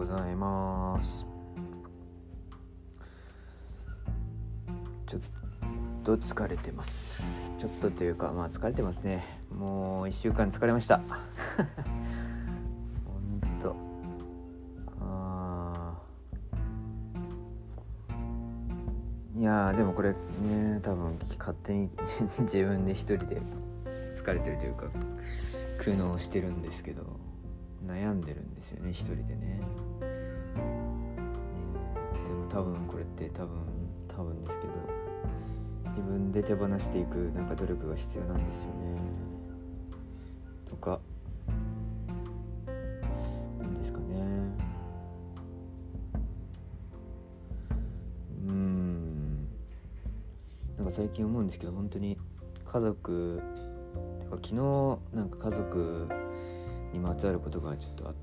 ございます。ちょっと疲れてます。ちょっとというか疲れてますね。もう1週間疲れましたほんといやでもこれね、多分勝手に自分で一人で疲れてるというか苦悩してるんですけど、悩んでるんですよね、一人でね。でも多分これって多分ですけど、自分で手放していく努力が必要なんですよね。とかなんですかね。最近思うんですけど、本当に家族てか昨日家族にまつわることがちょっとあって、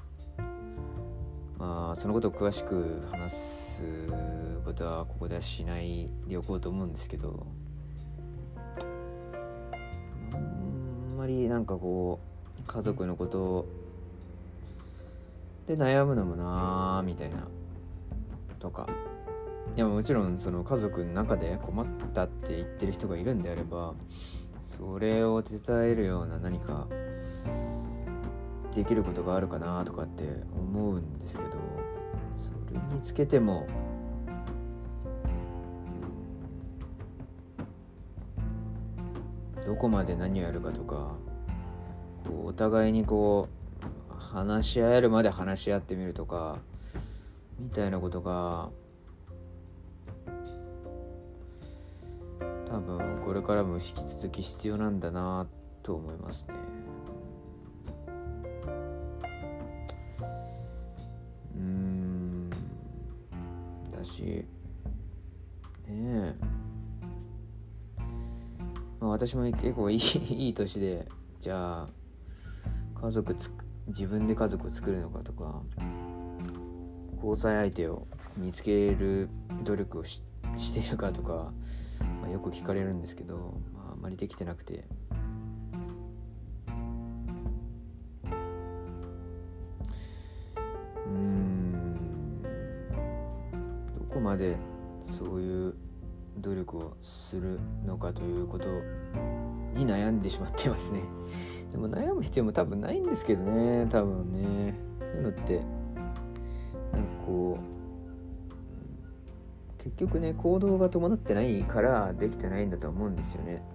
そのことを詳しく話すことはここではしないでおこうと思うんですけど、あんまり家族のことで悩むのもなみたいなとか、いやもちろんその家族の中で困ったって言ってる人がいるんであれば、それを伝えるような何かできることがあるかなとかって思うんですけど、それにつけてもどこまで何をやるかとか、お互いに話し合えるまで話し合ってみるとかみたいなことが多分これからも引き続き必要なんだなと思いますね。だしねえ、私も結構いい年で、じゃあ自分で家族を作るのかとか、交際相手を見つける努力をしているかとか、よく聞かれるんですけど、あんまりできてなくて、どこまでそういう努力をするのかということに悩んでしまってますね。でも悩む必要も多分ないんですけどね、多分ね。そういうのって結局ね、行動が伴ってないからできてないんだと思うんですよね。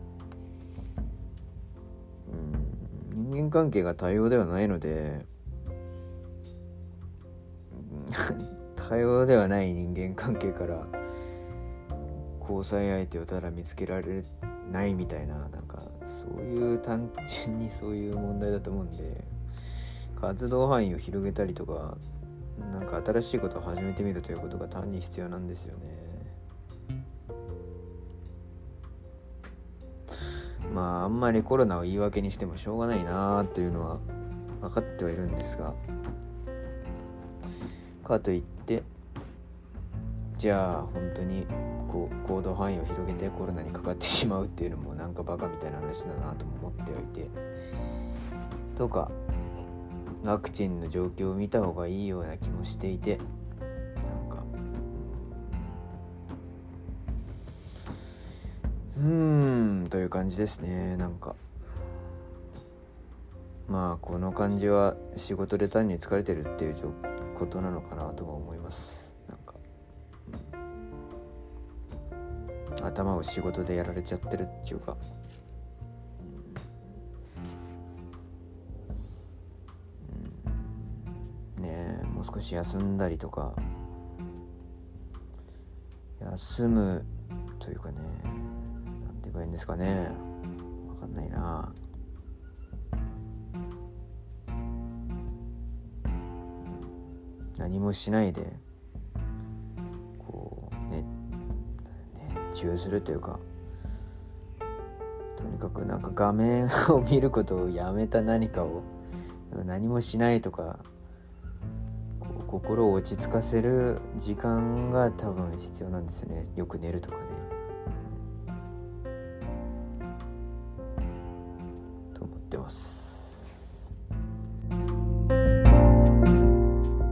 人間関係が多様ではないので多様ではない人間関係から交際相手をただ見つけられないみたいな、そういう単純にそういう問題だと思うんで、活動範囲を広げたりとか新しいことを始めてみるということが単に必要なんですよね。あんまりコロナを言い訳にしてもしょうがないなというのは分かってはいるんですが、かといってじゃあ本当に行動範囲を広げてコロナにかかってしまうっていうのもバカみたいな話だなとも思っておいて、とかワクチンの状況を見た方がいいような気もしていて、という感じですね。この感じは仕事で単に疲れてるっていうことなのかなとも思います。頭を仕事でやられちゃってるっていうか、もう少し休んだりとか、休むというかね、なんて言えばいいんですかね、分かんないな。何もしないで熱中するというか、とにかく画面を見ることをやめた何かを、何もしないとか、心を落ち着かせる時間が多分必要なんですよね。よく寝るとかね、と思ってます。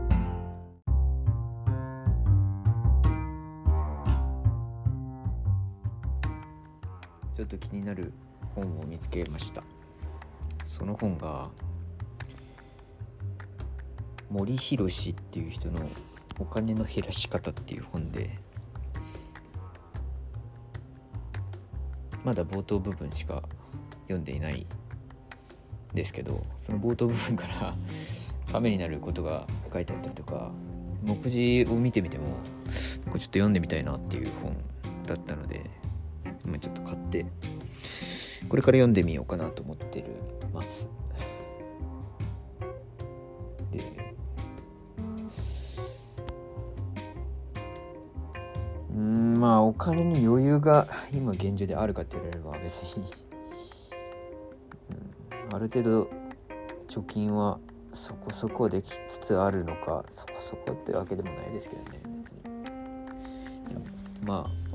ちょっと気になる本を見つけました。その本が森博っていう人のお金の減らし方っていう本で、まだ冒頭部分しか読んでいないんですけど、その冒頭部分からためになることが書いてあったりとか、目次を見てみてもちょっと読んでみたいなっていう本だったので、今ちょっと買ってこれから読んでみようかなと思ってます。で、まあお金に余裕が今現状であるかって言われれば別に、ある程度貯金はそこそこできつつあるのか、そこそこってわけでもないですけどね、別に。まあ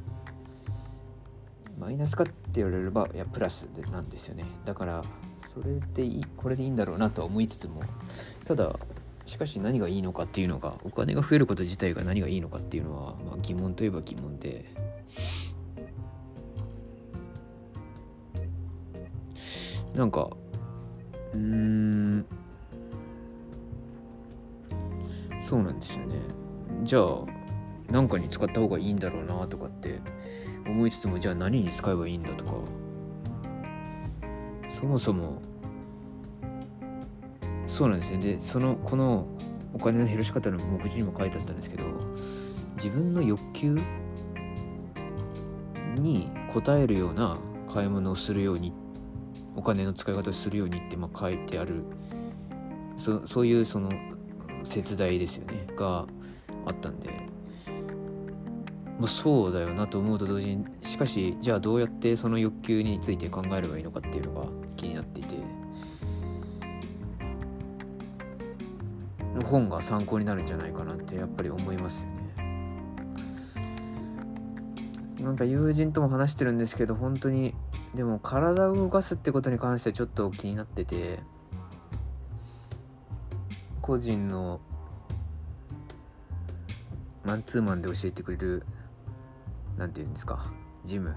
マイナスかって言われればいやプラスなんですよね。だからそれでこれでいいんだろうなとは思いつつも、ただしかし何がいいのかっていうのが、お金が増えること自体が何がいいのかっていうのは、疑問といえば疑問で、なんかそうなんですよね。じゃあ何かに使った方がいいんだろうなとかって思いつつも、じゃあ何に使えばいいんだとか、そもそもそうなんですね。で、このお金の減らし方の目次にも書いてあったんですけど、自分の欲求に応えるような買い物をするように、お金の使い方をするようにって書いてある、そういうその節題ですよねがあったんで、そうだよなと思うと同時に、しかしじゃあどうやってその欲求について考えればいいのかっていうのが気になっていて、本が参考になるんじゃないかなってやっぱり思いますよね。なんか友人とも話してるんですけど、本当にでも体を動かすってことに関してはちょっと気になってて、個人のマンツーマンで教えてくれる、なんていうんですか、ジム、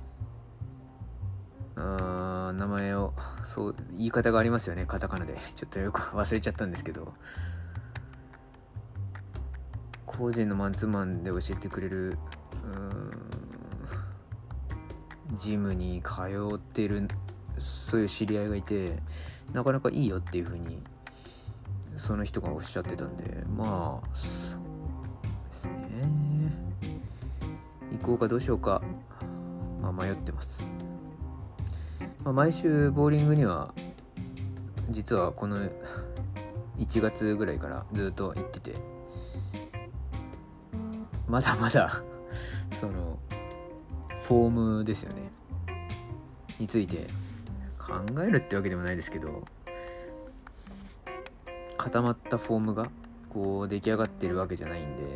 名前を、そう言い方がありますよね、カタカナでちょっとよく忘れちゃったんですけど、個人のマンツーマンで教えてくれるジムに通っている、そういう知り合いがいて、なかなかいいよっていう風にその人がおっしゃってたんで、そうですね、行こうかどうしようか、迷ってます。毎週ボーリングには実はこの1月ぐらいからずっと行ってて、まだまだそのフォームですよねについて考えるってわけでもないですけど、固まったフォームがこう出来上がってるわけじゃないんで、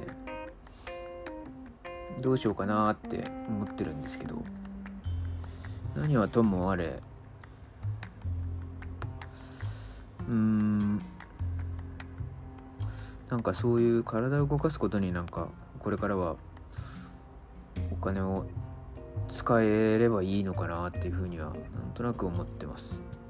どうしようかなって思ってるんですけど、何はともあれなんかそういう体を動かすことに、なんかこれからはお金を使えればいいのかなっていうふうにはなんとなく思ってます。